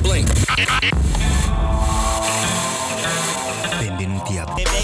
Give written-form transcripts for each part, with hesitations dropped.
Benvenuti a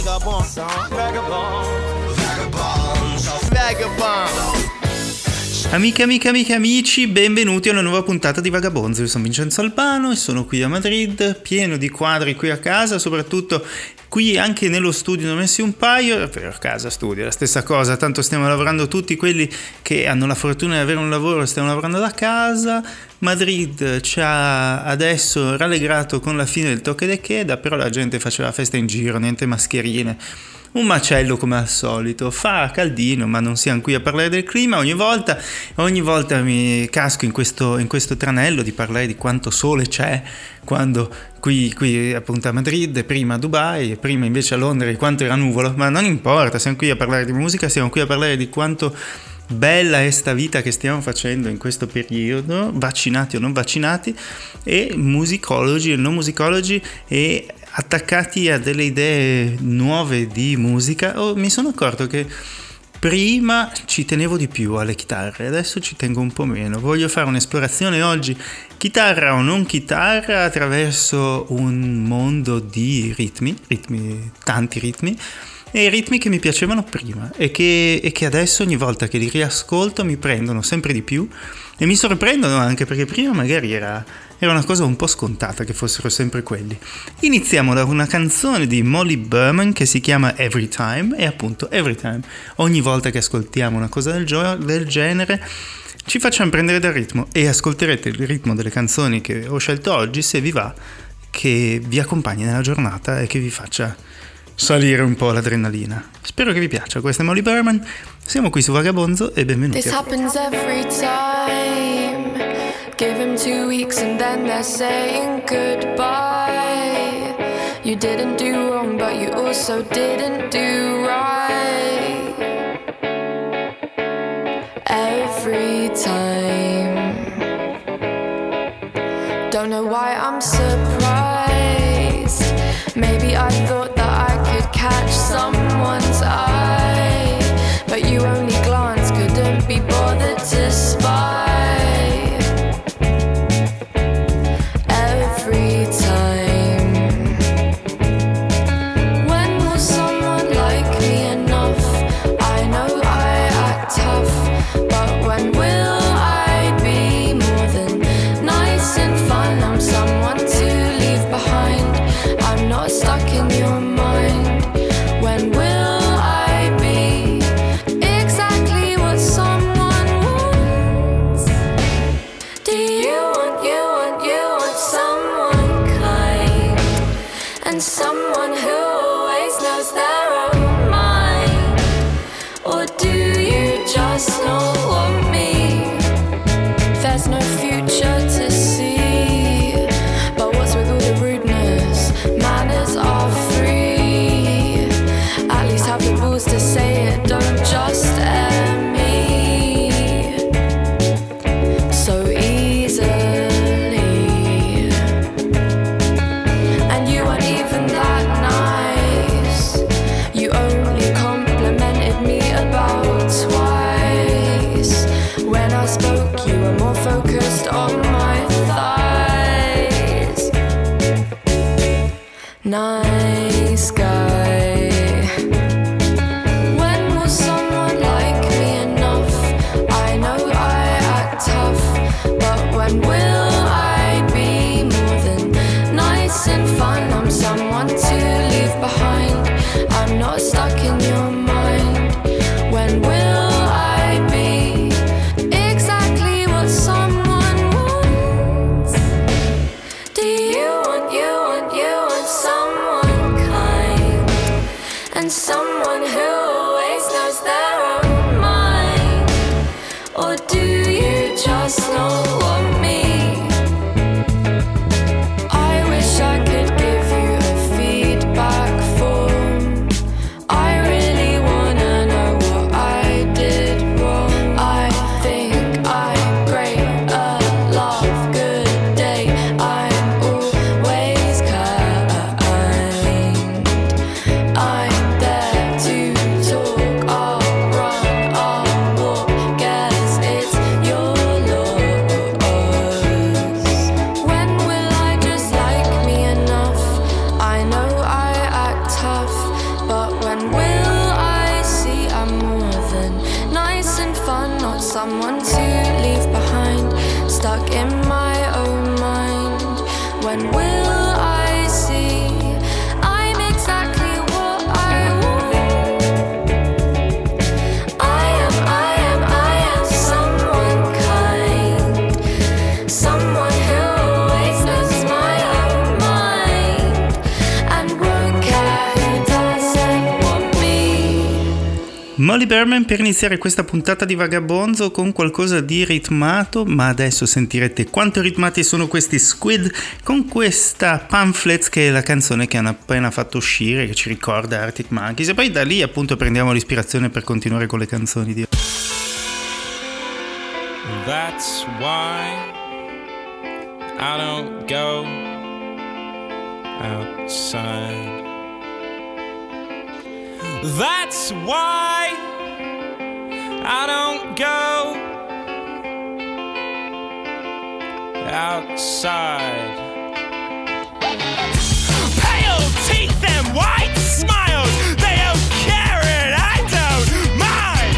Amiche, amici, benvenuti a una nuova puntata di Vagabonzo. Io sono Vincenzo Albano e sono qui a Madrid, pieno di quadri qui a casa, soprattutto qui anche nello studio ne ho messi un paio, per casa, studio, la stessa cosa, tanto stiamo lavorando tutti quelli che hanno la fortuna di avere un lavoro, stiamo lavorando da casa. Madrid ci ha adesso rallegrato con la fine del toque de queda, però la gente faceva festa in giro, niente mascherine. Un macello come al solito, fa caldino ma non siamo qui a parlare del clima, ogni volta mi casco in questo tranello di parlare di quanto sole c'è, quando qui appunto a Madrid, e prima a Dubai e prima invece a Londra di quanto era nuvolo, ma non importa, siamo qui a parlare di musica, siamo qui a parlare di quanto bella è sta vita che stiamo facendo in questo periodo, vaccinati o non vaccinati, e musicologi e non musicologi, e attaccati a delle idee nuove di musica. Mi sono accorto che prima ci tenevo di più alle chitarre, adesso ci tengo un po' meno. Voglio fare un'esplorazione oggi, chitarra o non chitarra, attraverso un mondo di ritmi, tanti ritmi, e ritmi che mi piacevano prima e che adesso ogni volta che li riascolto mi prendono sempre di più e mi sorprendono anche, perché prima magari era una cosa un po' scontata che fossero sempre quelli. Iniziamo da una canzone di Molly Berman che si chiama Every Time, e appunto Every Time, ogni volta che ascoltiamo una cosa del genere ci facciamo prendere dal ritmo, e ascolterete il ritmo delle canzoni che ho scelto oggi, se vi va, che vi accompagni nella giornata e che vi faccia salire un po' l'adrenalina. Spero che vi piaccia. Questa è Molly Berman, siamo qui su Vagabonzo e benvenuti. This happens every time. Give him 2 weeks and then they're saying goodbye. You didn't do wrong, but you also didn't do right. Every time. Don't know why I'm surprised. Maybe I thought that I could catch someone's eye, but you only glanced, couldn't be bothered to spy. Every time. When will someone like me enough? I know I act tough, but when will I be more than nice and fun? I'm someone to leave behind. I'm not stuck in your mind. When will I be exactly what someone wants? Do you want someone kind, and someone who always knows their own mind? Or do you just not want me? There's no future to see, but what's with all the rudeness? Manners are free. At least have the balls to say it, don't just air me so easily. And you weren't even that nice. You only complimented me about twice. When I spoke, you were more focused on my thighs. Nice guy. When will someone like me enough? I know I act tough, but when will I be more than nice and fun? I'm someone to leave behind. I'm not stuck in your mind. When will I be exactly what someone wants? Do you want someone kind, and someone who always knows their own mind? Or do you just not want me? I wish I could give you a feedback form. I really wanna know what I did wrong. I think I'm great, a love, good day. I'm always kind. I'm there. when will I see I'm exactly what I want? I am someone kind, someone who always knows my own mind and won't care who doesn't want me. Molly Berman per iniziare questa puntata di Vagabonzo con qualcosa di ritmato, ma adesso sentirete quanto ritmati sono questi Squid con questa Pamphlets, che è la canzone che hanno appena fatto uscire, che ci ricorda Arctic Monkeys, e poi da lì appunto prendiamo l'ispirazione per continuare con le canzoni di... That's why I don't go outside. That's why I don't go outside. Pale teeth and white smiles, they don't care and I don't mind.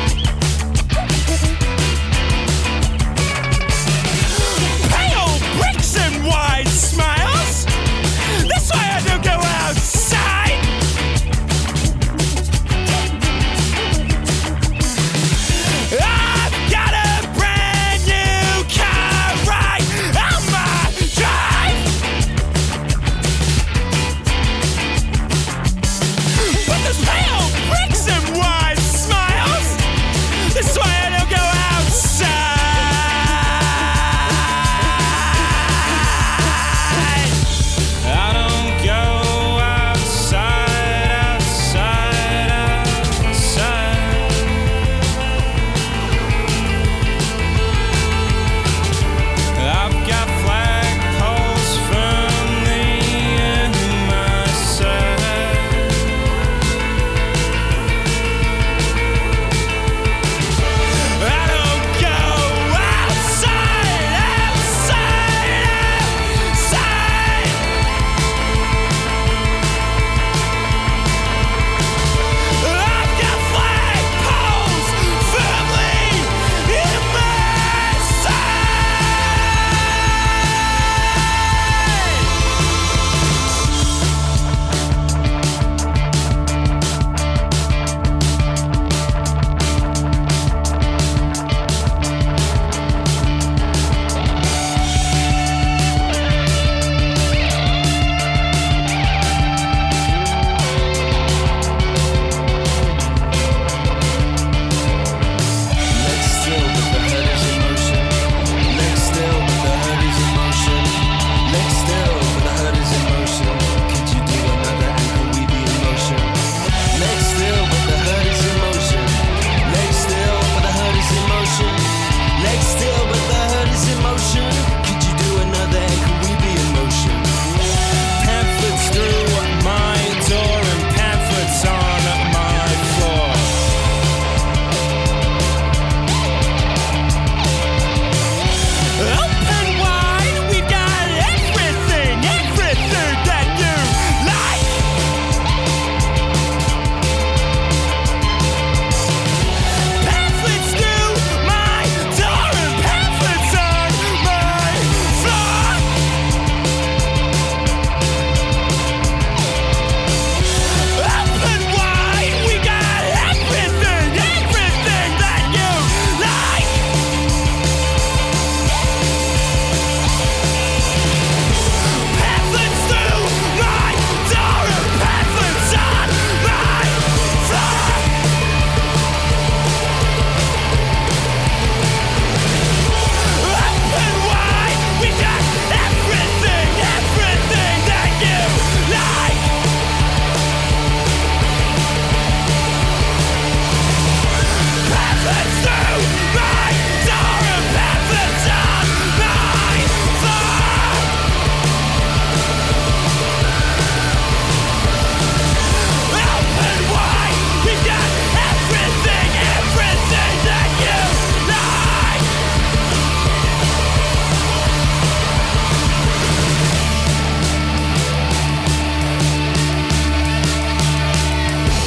Pale bricks and wide smiles, that's why I don't go outside. I've got a brand new car right on my drive.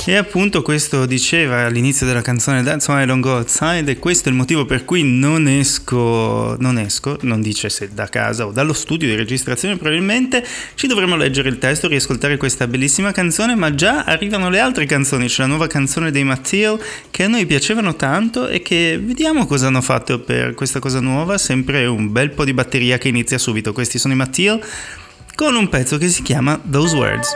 E appunto questo diceva all'inizio della canzone That's Why I Don't Go Outside, e questo è il motivo per cui non esco, non dice se da casa o dallo studio di registrazione, probabilmente ci dovremo leggere il testo, riascoltare questa bellissima canzone, ma già arrivano le altre canzoni, c'è la nuova canzone dei Mathiel che a noi piacevano tanto e che vediamo cosa hanno fatto per questa cosa nuova, sempre un bel po' di batteria che inizia subito. Questi sono i Mathiel con un pezzo che si chiama Those Words.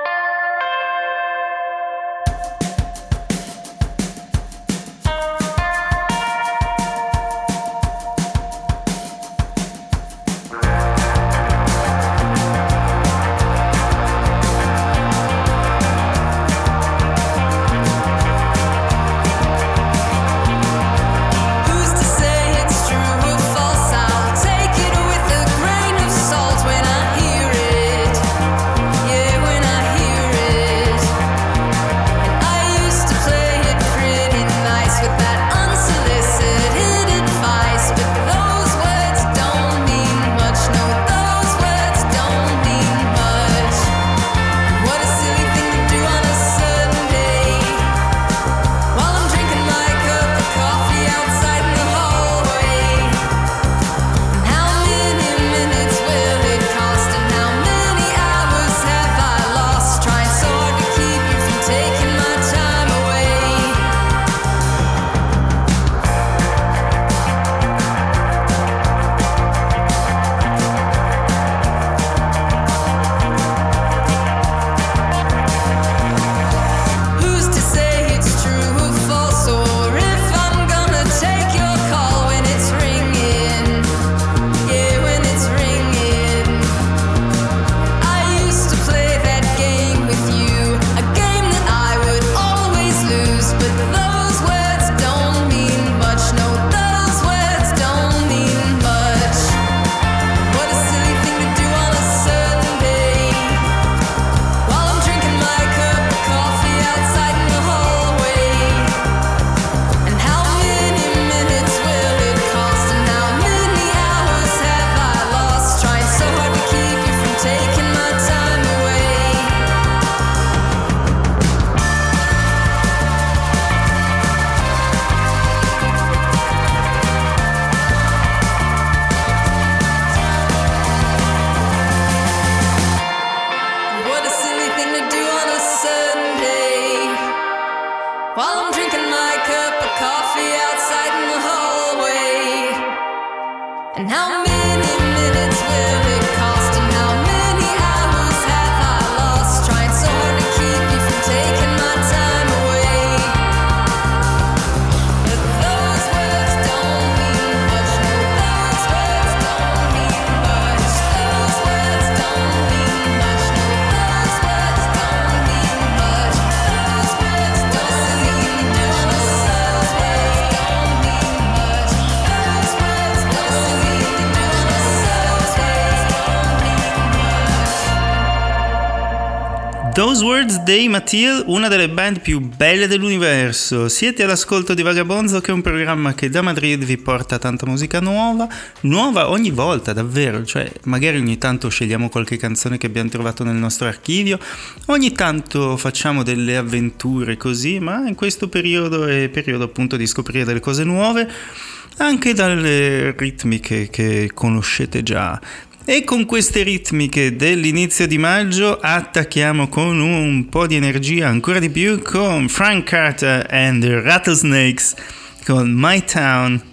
Those Words dei Mathiel, una delle band più belle dell'universo. Siete all'ascolto di Vagabonzo, che è un programma che da Madrid vi porta tanta musica nuova ogni volta, davvero. Cioè, magari ogni tanto scegliamo qualche canzone che abbiamo trovato nel nostro archivio, ogni tanto facciamo delle avventure così, ma in questo periodo è periodo appunto di scoprire delle cose nuove, anche dalle ritmiche che conoscete già. E con queste ritmiche dell'inizio di maggio attacchiamo con un po' di energia ancora di più con Frank Carter and the Rattlesnakes con My Town,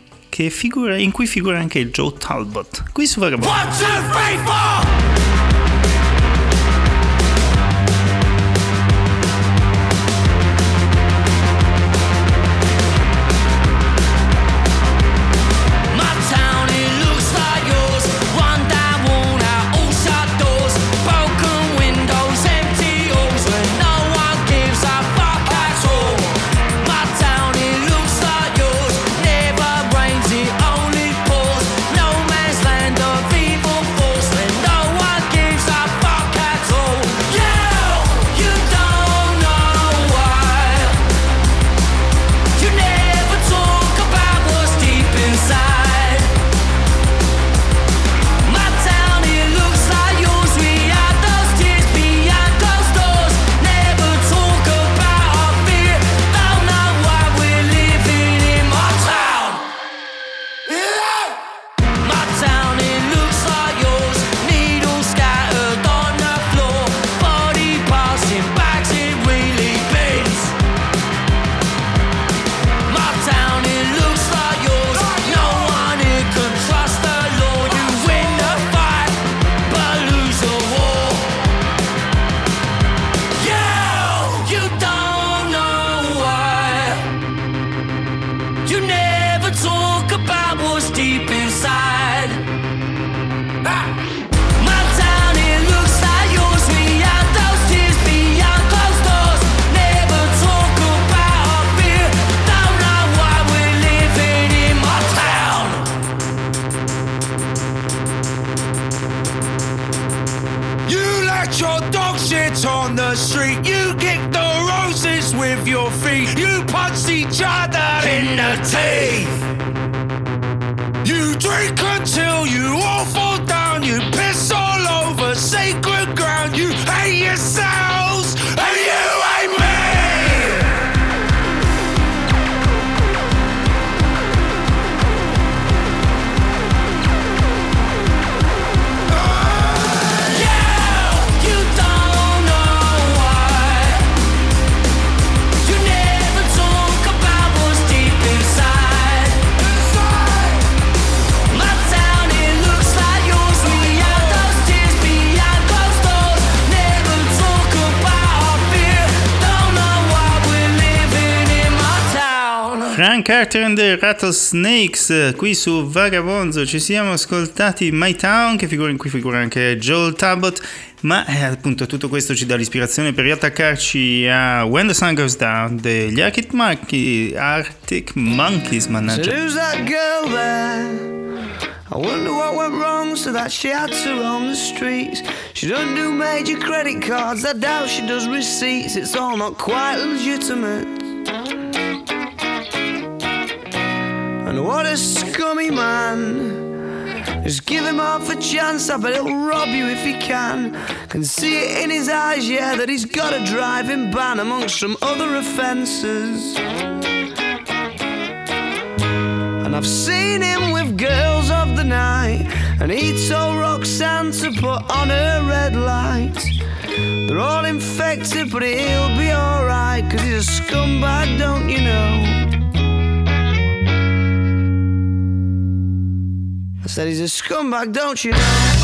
in cui figura anche Joe Talbot, qui su Vagabondo. Only pours, no man's land of evil force, when no one your dog shit on the street. You kick the roses with your feet. You punch each other in the teeth. You drink until you all fall down. You piss all over sacred ground. You hate yourselves and you hate me. Frank Carter and the Rattlesnakes, qui su Vagabonzo. Ci siamo ascoltati My Town, in cui figura anche Joel Talbot, ma appunto tutto questo ci dà l'ispirazione per riattaccarci a When the Sun Goes Down degli Arctic Monkeys, mannaggia. So who's that girl there? I wonder what went wrong so that she had to roam the streets. She don't do major credit cards, I doubt she does receipts. It's all not quite legitimate. And what a scummy man. Just give him half a chance, I bet he'll rob you if he can see it in his eyes, yeah, that he's got a driving ban amongst some other offences. And I've seen him with girls of the night, and he told Roxanne to put on her red light. They're all infected, but he'll be alright, 'cause he's a scumbag, don't you know? I said he's a scumbag, don't you know?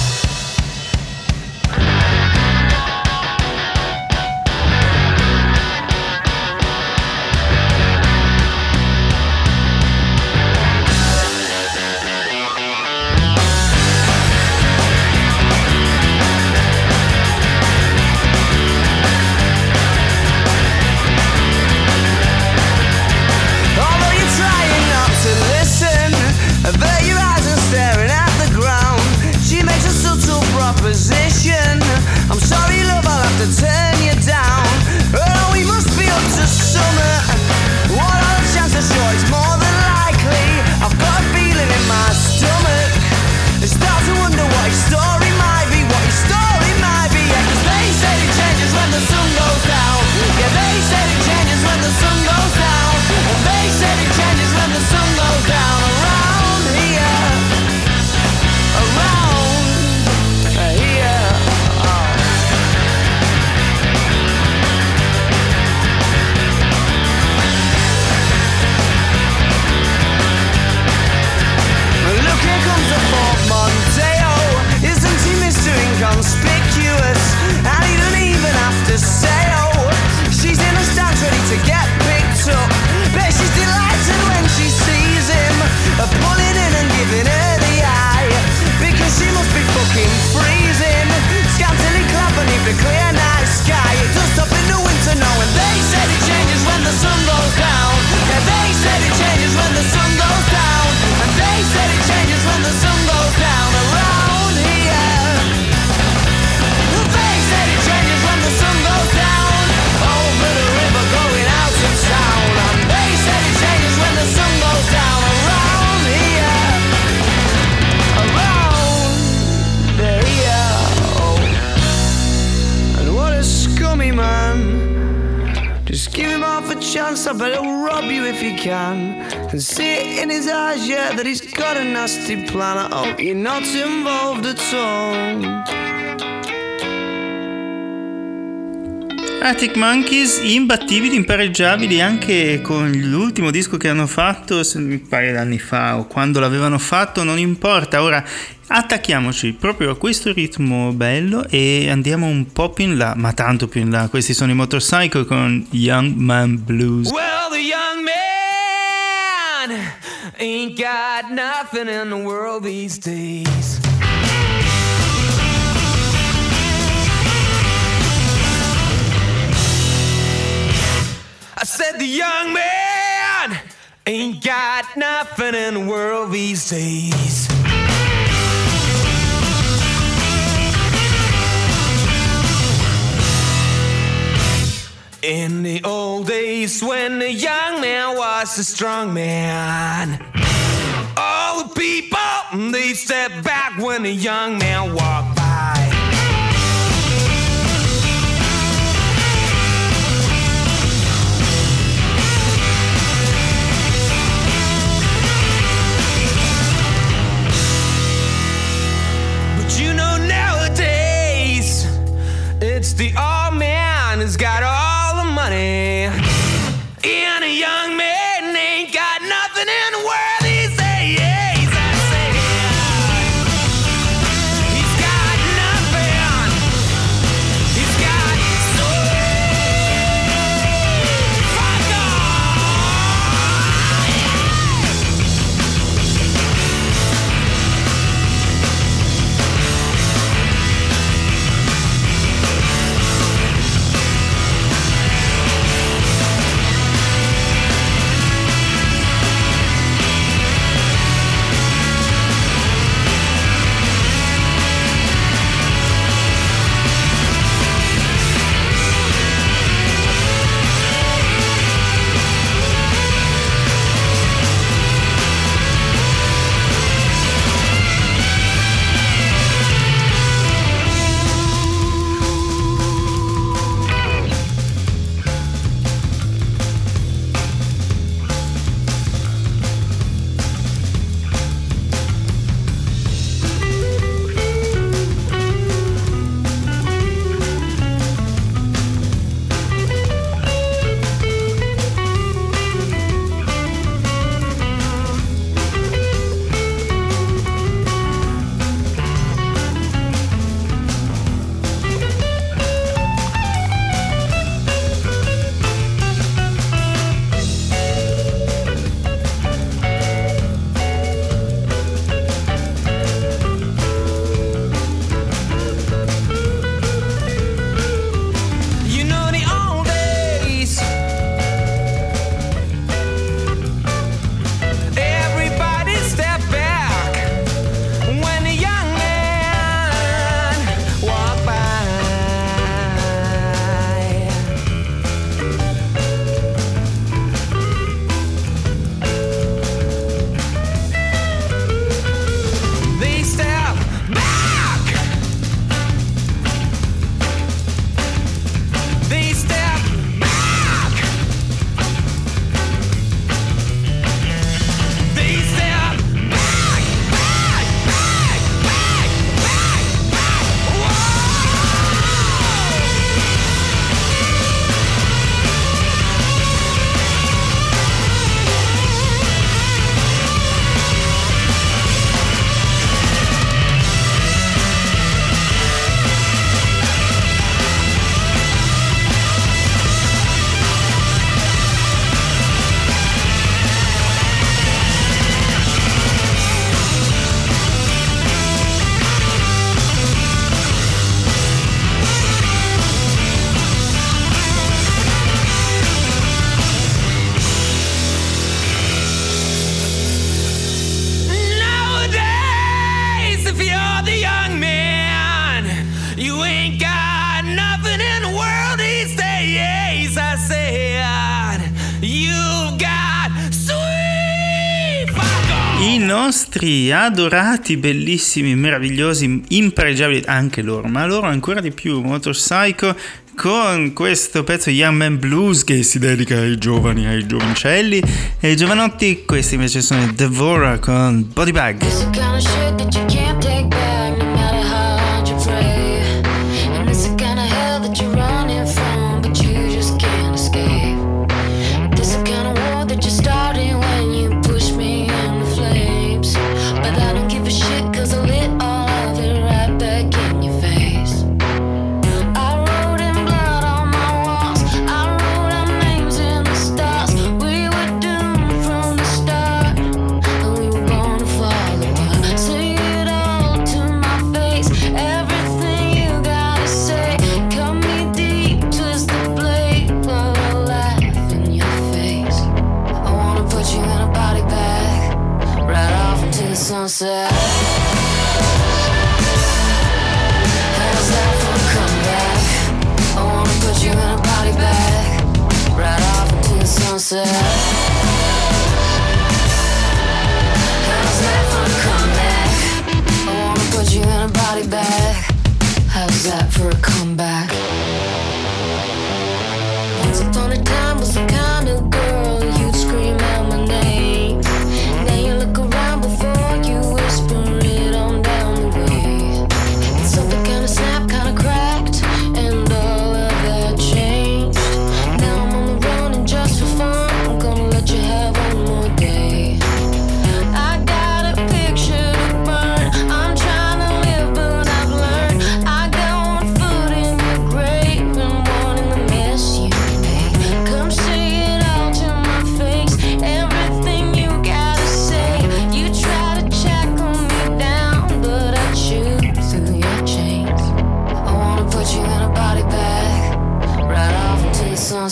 Although you're trying not to listen, I bet your eyes are staring at the ground. She makes a subtle proposition. I'm sorry, love, I'll have to turn you down. Oh, we must be up to summer. What are the chances? Sure, it's more than likely. I've got a feeling in my stomach. I start to wonder what his story might be. What his story might be. Yeah, 'cause they said it changes when the sun goes down. Yeah, they said it changes when the sun goes down. And they said it changes when the sun goes down. Around here, around here. Oh. Look, here comes the portmanteau. Isn't he Mr. Inconspicuous? And he don't even have to say, oh, she's in the stands ready to get picked up. Bet she's delighted when she sees him, pulling in and giving her the eye, because she must be fucking freezing, scantily clad beneath the clear night sky. It does stop in the winter now, and they said it changes when the sun goes down. Yeah, they said it changes when the sun goes down. And they said it changes when the sun goes down. Around here, they said it changes when the sun goes down. Over the river going out of town. And they said it changes when the sun goes down. Around here, around here. Oh. And what a scummy man. Just give him half a chance, I bet he'll rob you if he can see it in his eyes, yeah, that he's got a nasty plan. I hope you're not involved at all. Arctic Monkeys, imbattibili, impareggiabili anche con l'ultimo disco che hanno fatto un paio d'anni fa o quando l'avevano fatto, non importa. Ora attacchiamoci proprio a questo ritmo bello e andiamo un po' più in là, ma tanto più in là. Questi sono i Motorcycle con Young Man Blues. Well, the young man ain't got nothing in the world these days. I said the young man ain't got nothing in the world these days. In the old days when the young man was a strong man, all the people, they step back when the young man walked by. But you know nowadays, it's the old man who's got all the money, and a young man ain't got nothing in the world these days. I say, he's got nothing. He's got sweet vodka. I nostri adorati, bellissimi, meravigliosi, impareggiabili, anche loro, ma loro ancora di più, Motorpsycho, con questo pezzo Young Man Blues che si dedica ai giovani, ai giovancelli e ai giovanotti. Questi invece sono Devora con Body Bag. It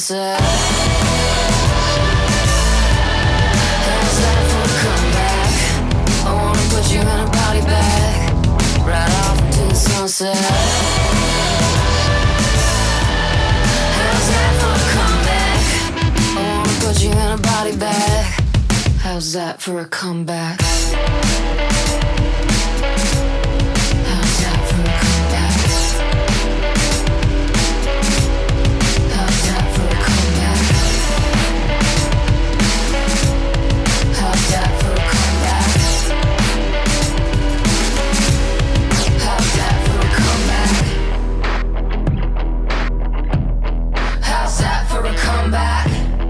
sunset. How's that for a comeback? I wanna put you in a body bag, right off into the sunset. How's that for a comeback? I wanna put you in a body bag. How's that for a comeback? How's that for a comeback? How's that for a comeback? How's that for a comeback? How's that for a comeback? How's that for a comeback?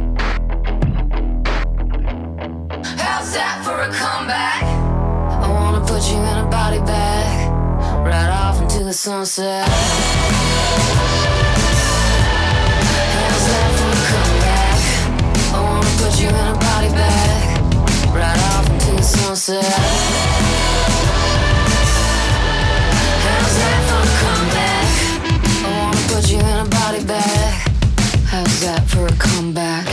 How's that for a comeback? I wanna put you in a body bag, right off into the sunset. How's that for a comeback? I wanna put you in a body bag, right off into the sunset. How's that for a comeback? I wanna put you in a body bag. How's that for a comeback?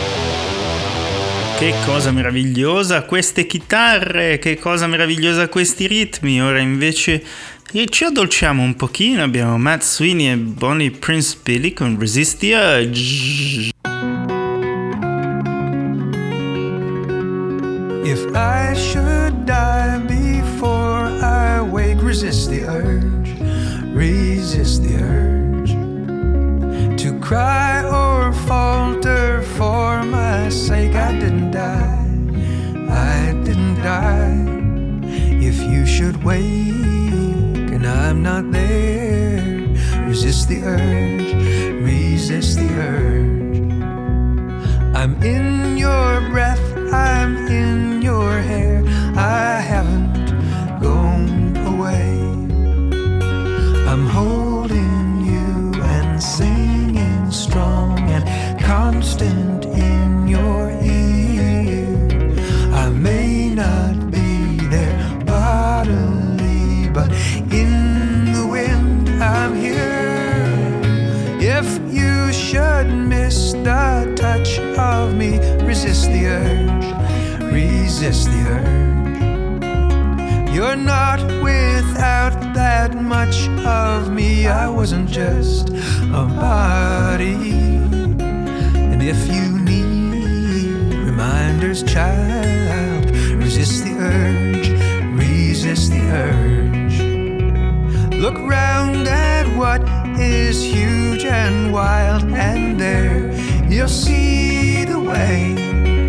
Che cosa meravigliosa queste chitarre, che cosa meravigliosa questi ritmi. Ora invece ci addolciamo un pochino, abbiamo Matt Sweeney e Bonnie Prince Billy con Resist the Urge. If I should die before I wake, resist the urge, resist the urge to cry or falter for my sake. I didn't die, I didn't die. If you should wake and I'm not there, resist the urge, resist the urge. I'm in your breath, I'm in your hair, I haven't gone away. I'm holding you and singing strong and constant in your ear. I may not be there bodily, but in the wind I'm here. If you should miss the touch of me, resist the urge, resist the urge. You're not without that much of me. I wasn't just a body. And if you need reminders, child, resist the urge, resist the urge. Look round at what is huge and wild, and there you'll see the way.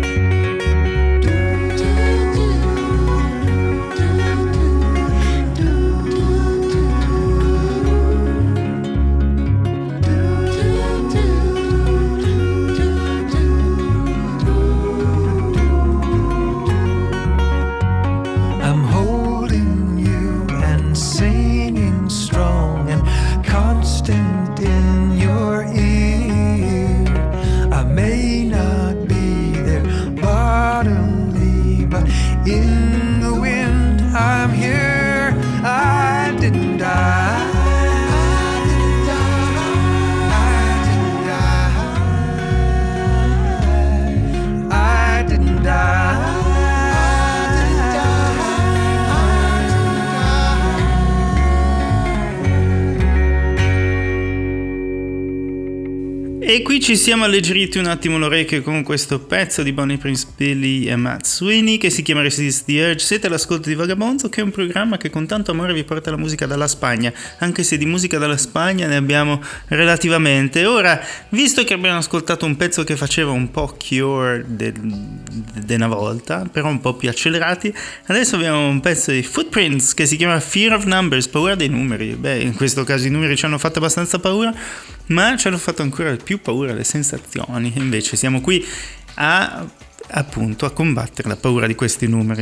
E qui ci siamo alleggeriti un attimo l'orecchio con questo pezzo di Bonnie Prince Billy e Matt Sweeney che si chiama Resist the Urge. Siete all'ascolto di Vagabonzo, che è un programma che con tanto amore vi porta la musica dalla Spagna, anche se di musica dalla Spagna ne abbiamo relativamente. Ora, visto che abbiamo ascoltato un pezzo che faceva un po' Cure di una volta, però un po' più accelerati, adesso abbiamo un pezzo di Footprints che si chiama Fear of Numbers, paura dei numeri. Beh, in questo caso i numeri ci hanno fatto abbastanza paura, ma ci hanno fatto ancora più paura le sensazioni. Invece siamo qui appunto a combattere la paura di questi numeri.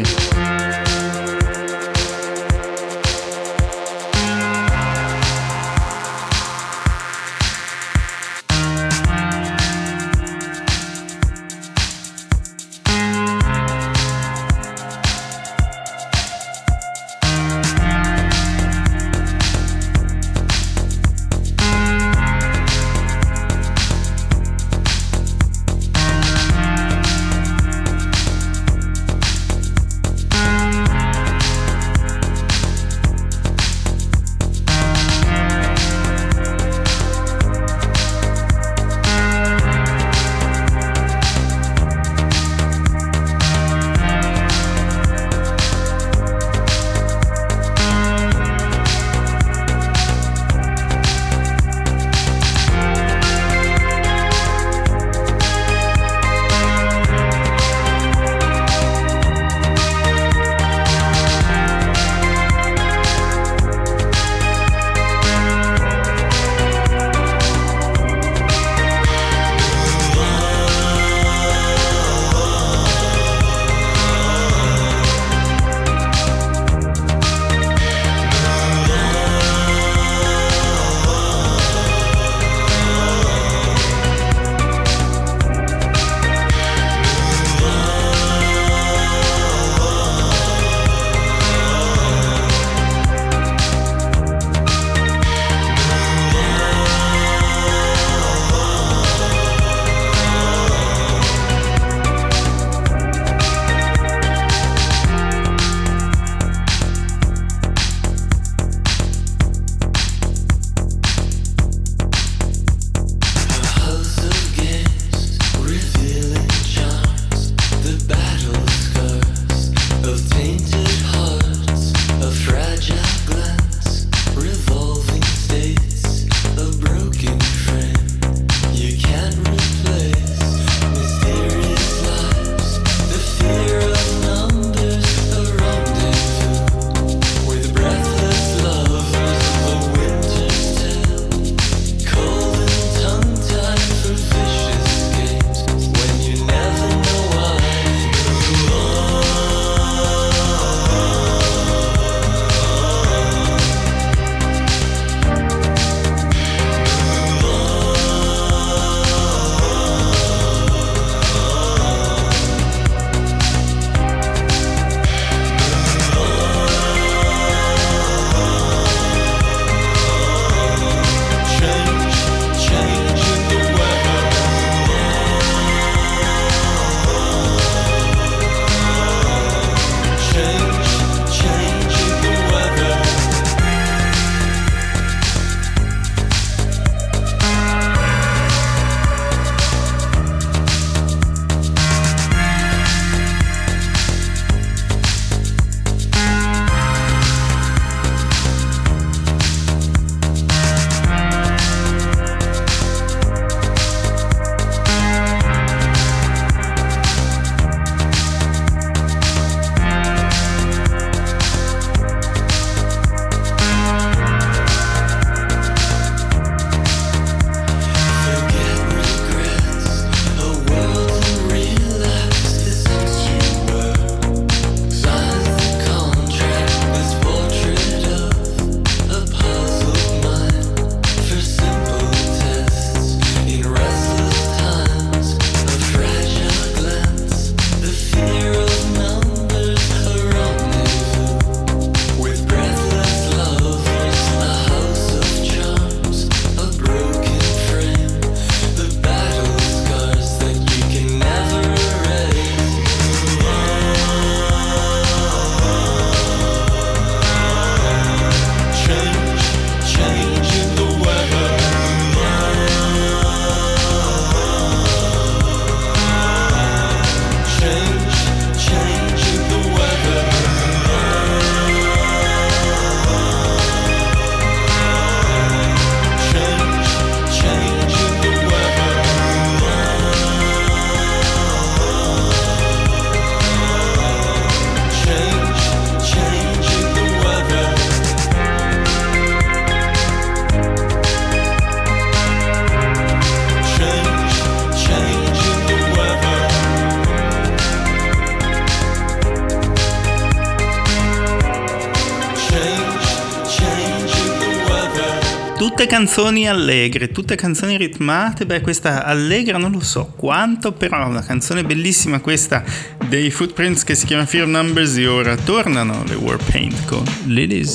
Tutte canzoni allegre, tutte canzoni ritmate. Beh, questa allegra non lo so quanto, però è una canzone bellissima questa dei Footprints che si chiama Fear Numbers, e ora tornano le Warpaint con Lilies.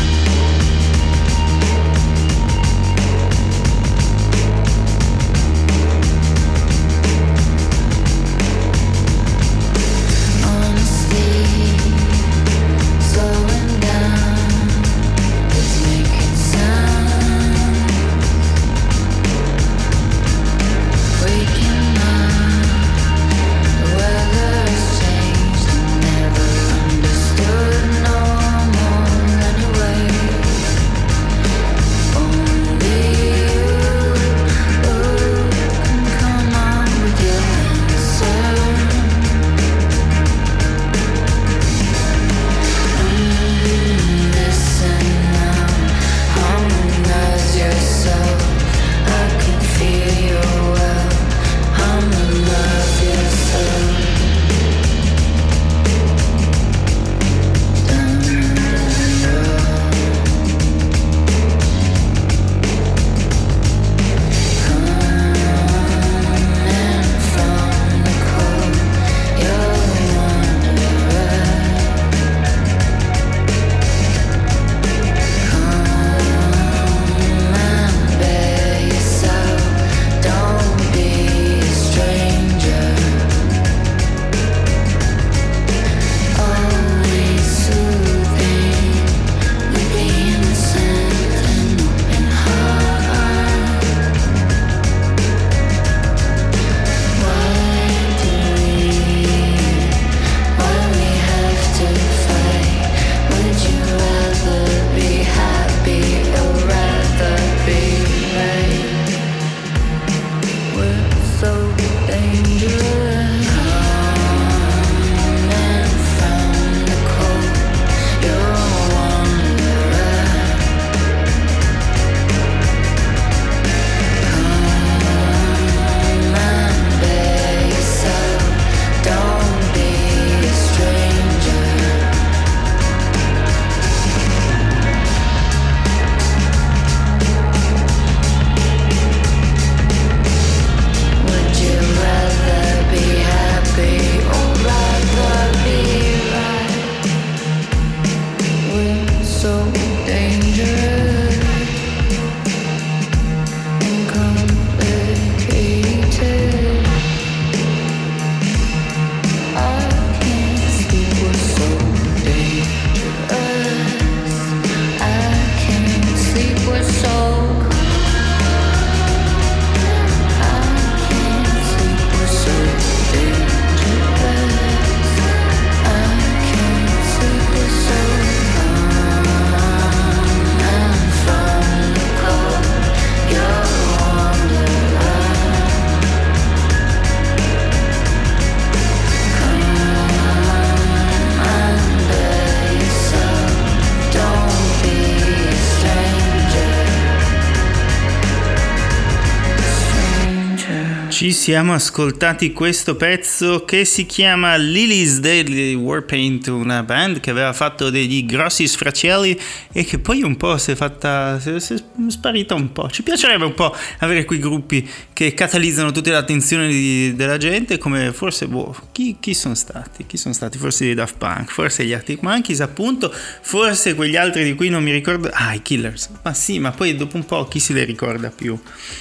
Ci siamo ascoltati questo pezzo che si chiama Lilies dei Warpaint, una band che aveva fatto degli grossi sfracelli e che poi un po' si è sparita un po'. Ci piacerebbe un po' avere quei gruppi che catalizzano tutta l'attenzione della gente, come forse chi sono stati? Forse i Daft Punk, forse gli Arctic Monkeys, appunto, forse quegli altri di cui non mi ricordo. I Killers. Ma sì, ma poi dopo un po' chi se li ricorda più?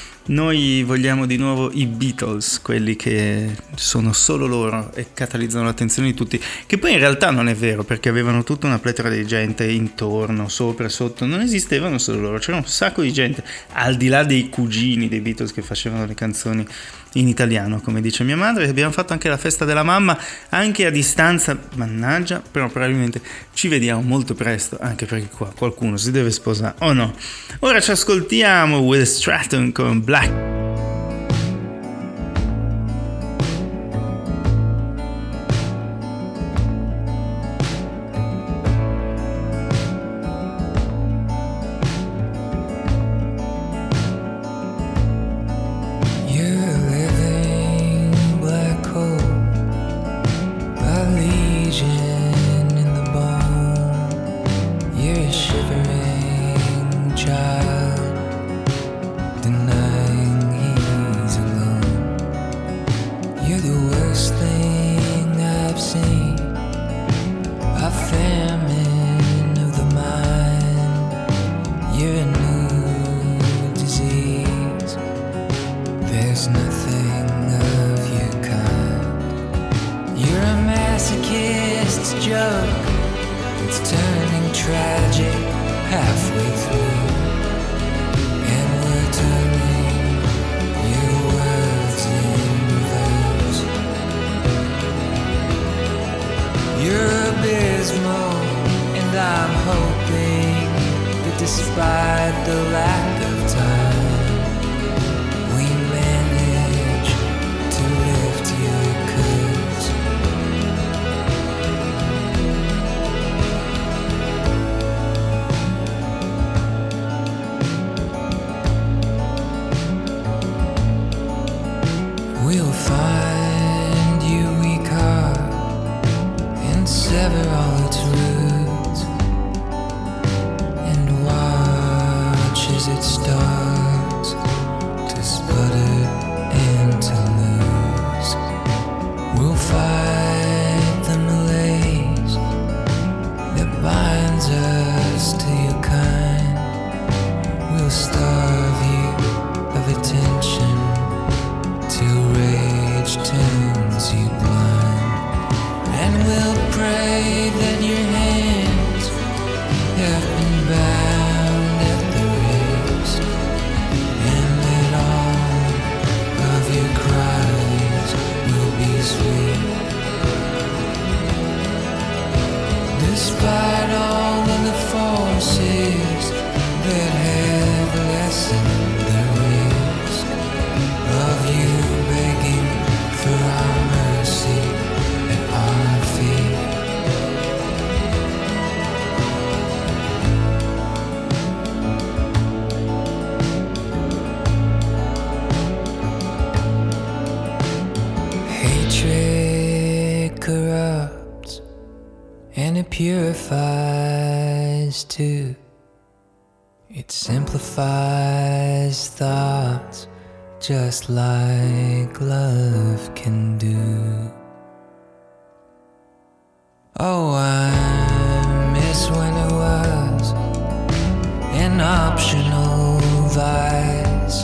Noi vogliamo di nuovo i Beatles, quelli che sono solo loro e catalizzano l'attenzione di tutti, che poi in realtà non è vero, perché avevano tutta una pletora di gente intorno, sopra, sotto, non esistevano solo loro, c'era un sacco di gente, al di là dei cugini dei Beatles che facevano le canzoni in italiano, come dice mia madre. Abbiamo fatto anche la festa della mamma, anche a distanza, mannaggia, però probabilmente ci vediamo molto presto, anche perché qua qualcuno si deve sposare, o no? Ora ci ascoltiamo Will Stratton con Black. Shivering child turning tragic halfway through, and we're turning your words in reverse. You're abysmal, and I'm hoping that despite the lack of time, we manage to lift your curse. We'll find your weak heart and sever all its roots, and watch as it starts to sputter and to lose. We'll fight the malaise that binds us to your kind. We'll starve you of attention till rage turns you blind, and we'll pray that your hands have been bound at the wrist, and that all of your cries will be sweet. Despite all of the forces that have lessened the risk of you begging for our mercy at our feet. Hatred corrupts and it purifies too. It simplifies thoughts just like love can do. Oh, I miss when it was an optional vice,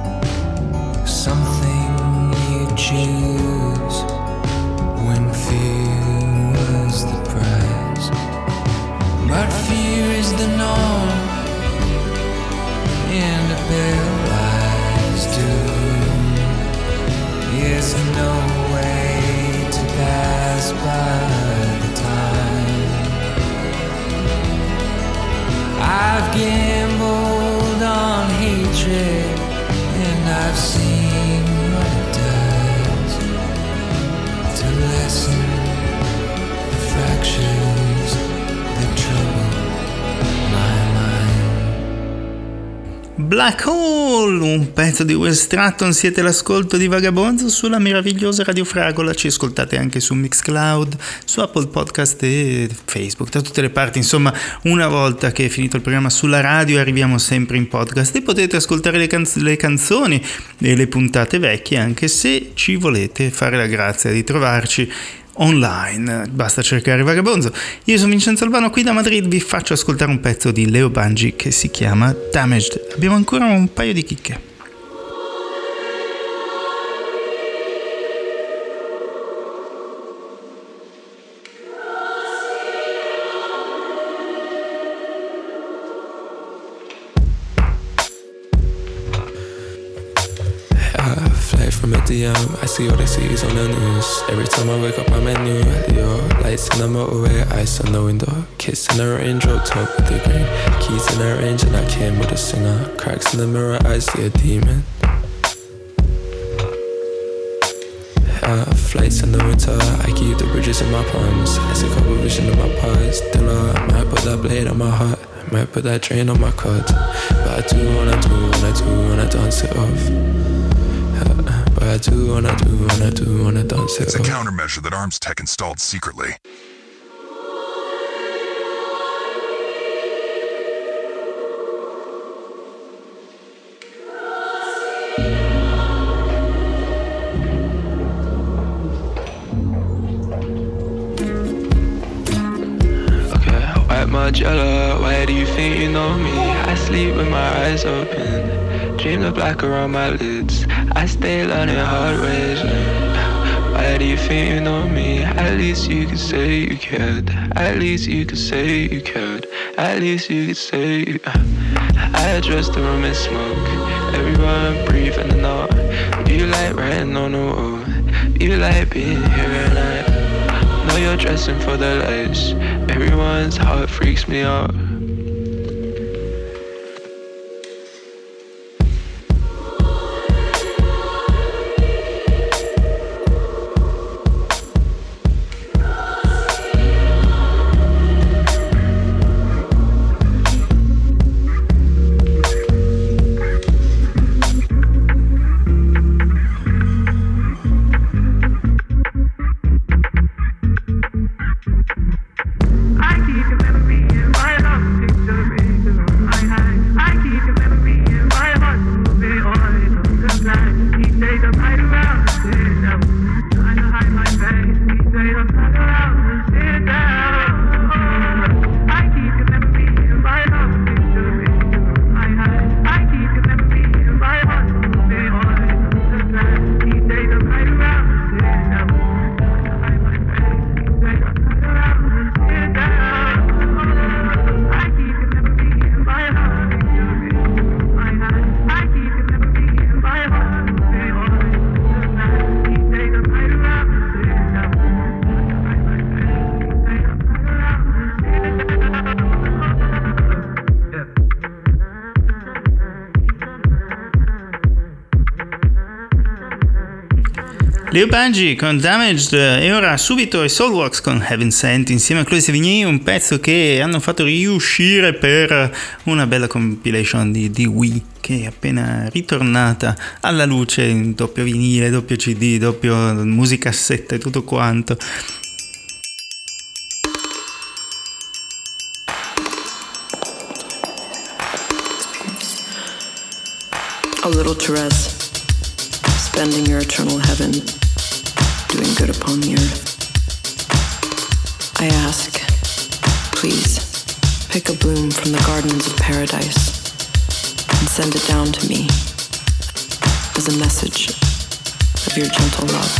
something you choose when fear was the price. But fear is the norm and a paralyzed doom is no way to pass by the time. I've gambled on hatred and I've seen what it does to lessen the fractures that trouble my mind. Black Hole, un pezzo di Will Stratton. Siete all'ascolto di Vagabonzo sulla meravigliosa Radio Fragola. Ci ascoltate anche su Mixcloud, su Apple Podcast e Facebook, da tutte le parti. Insomma, una volta che è finito il programma sulla radio arriviamo sempre in podcast e potete ascoltare le canzoni e le puntate vecchie, anche se ci volete fare la grazia di trovarci online, basta cercare Vagabonzo. Io sono Vincenzo Albano, qui da Madrid vi faccio ascoltare un pezzo di Leo Bungie che si chiama Damaged. Abbiamo ancora un paio di chicche. From a DM, I see all they see is on the news. Every time I wake up I'm at new. Leo, lights in the motorway, ice on the window. Kiss in the raindrop, top with the green. Keys in the range and I came with a singer. Cracks in the mirror, I see a demon. Flights in the winter, I keep the bridges in my palms. I see a couple vision of my past. Still I might put that blade on my heart, might put that drain on my cut. But I do wanna dance it off. But I do wanna dance it It's off. a countermeasure that Arms Tech installed secretly. Margiela, why do you think you know me? I sleep with my eyes open, dream of black around my lids. I stay learning hard ways. Why do you think you know me? At least you could say you cared. At least you could say you cared. At least you could say I addressed the room in smoke. Everyone breathing and out. You like writing on the wall. You like being here at night. Know you're dressing for the lights. Everyone's heart freaks me out. Leo Banji con Damaged e ora subito i Soulworks con Heaven Sent insieme a Chloe Sevigny, un pezzo che hanno fatto riuscire per una bella compilation di Wii che è appena ritornata alla luce in doppio vinile, doppio CD, doppio musicassetta e tutto quanto. O little Therese, spending your eternal heaven, doing good upon the earth. I ask, please, pick a bloom from the gardens of paradise and send it down to me as a message of your gentle love.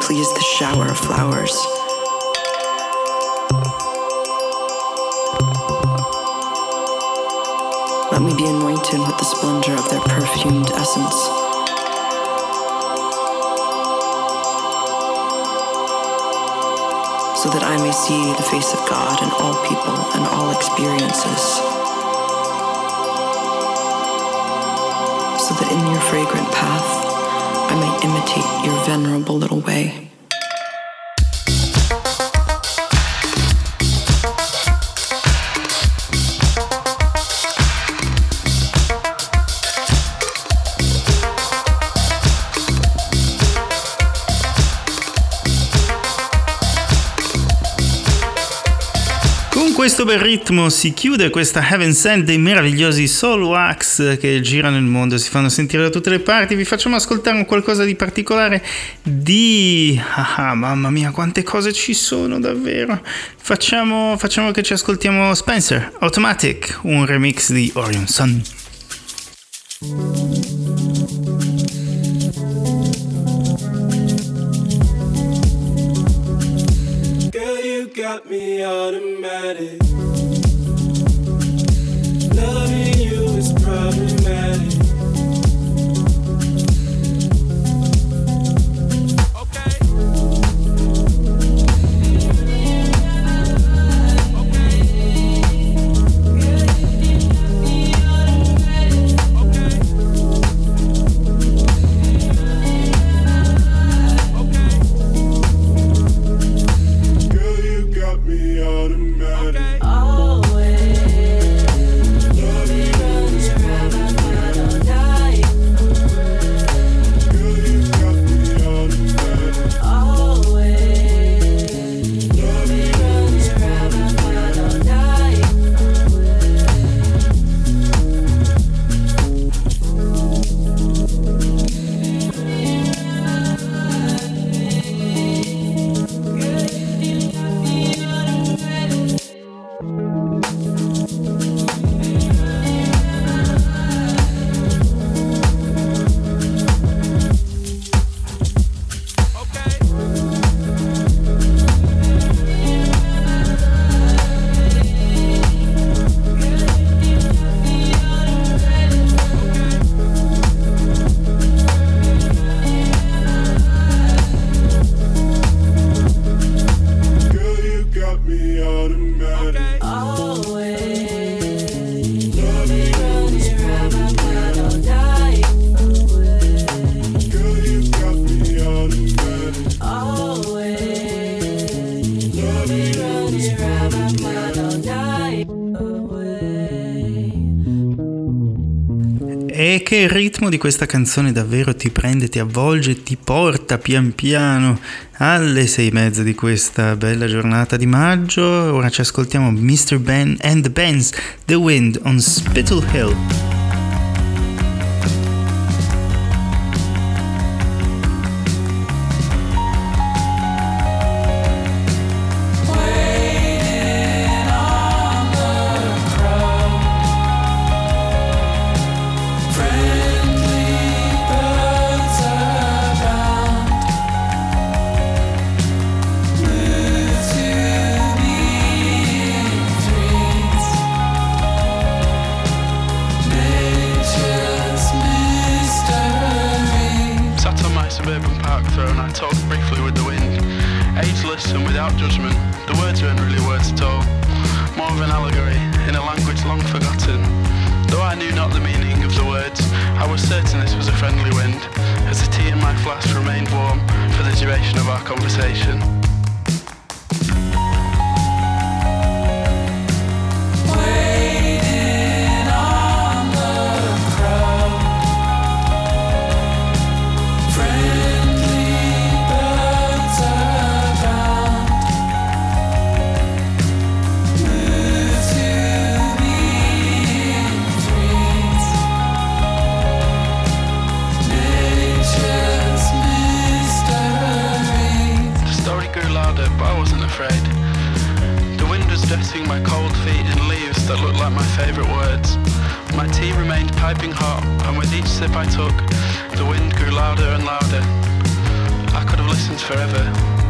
please the shower of flowers. Let me be anointed with the splendor of their perfumed essence. So that I may see the face of God in all people and all experiences. So that in your fragrant path, I may imitate your venerable little way. Questo bel ritmo si chiude questa Heaven Sent dei meravigliosi Soulwax che girano il mondo, si fanno sentire da tutte le parti. Vi facciamo ascoltare un qualcosa di particolare di... mamma mia, quante cose ci sono davvero. Facciamo che ci ascoltiamo Spencer, Automatic, un remix di Orion Sun. Got me automatic. Loving you is problematic. E che il ritmo di questa canzone davvero ti prende, ti avvolge, ti porta pian piano alle 6:30 di questa bella giornata di maggio. Ora ci ascoltiamo Mr. Ben and the Bens, The Wind on Spittle Hill. could have listened forever.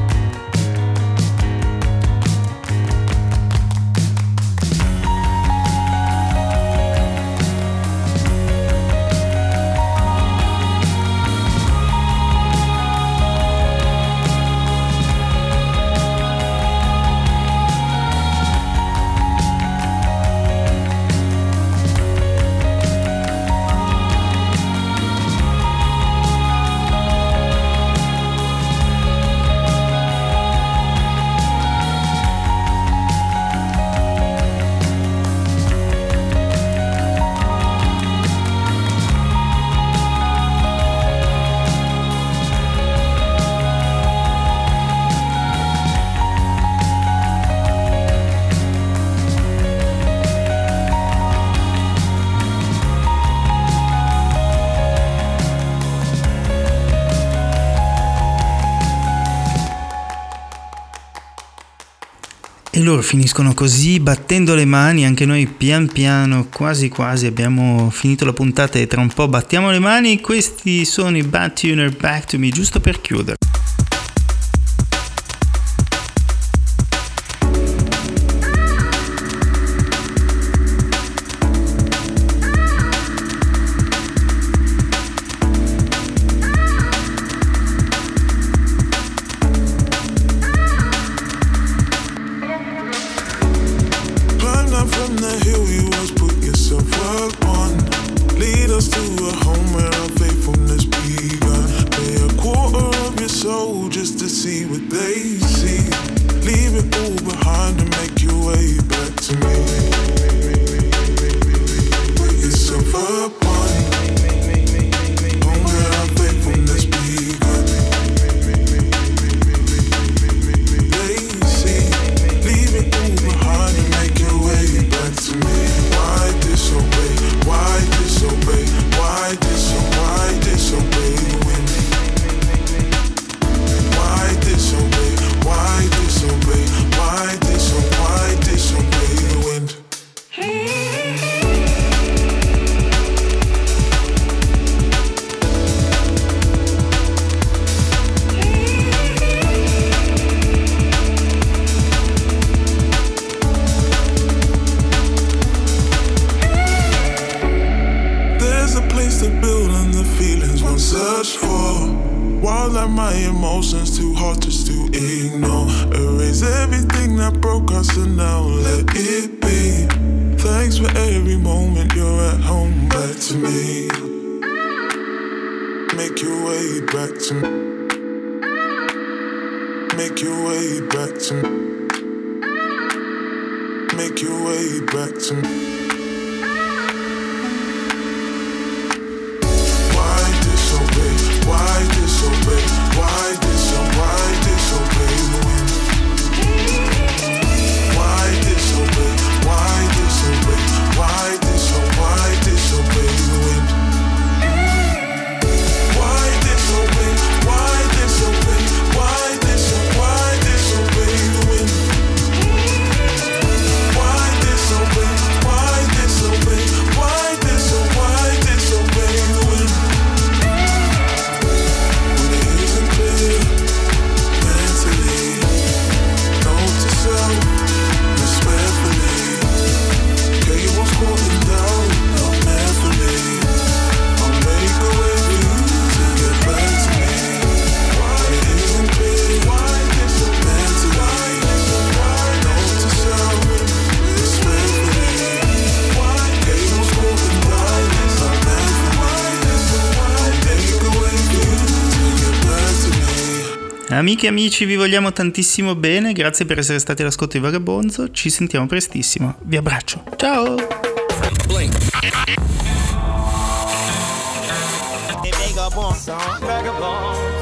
E loro finiscono così, battendo le mani, anche noi pian piano, quasi quasi abbiamo finito la puntata e tra un po' battiamo le mani. Questi sono i Bad Tuner, Back to Me, giusto per chiudere. Amiche e amici, vi vogliamo tantissimo bene, grazie per essere stati all'ascolto di Vagabonzo, ci sentiamo prestissimo, vi abbraccio, ciao! Vagabond.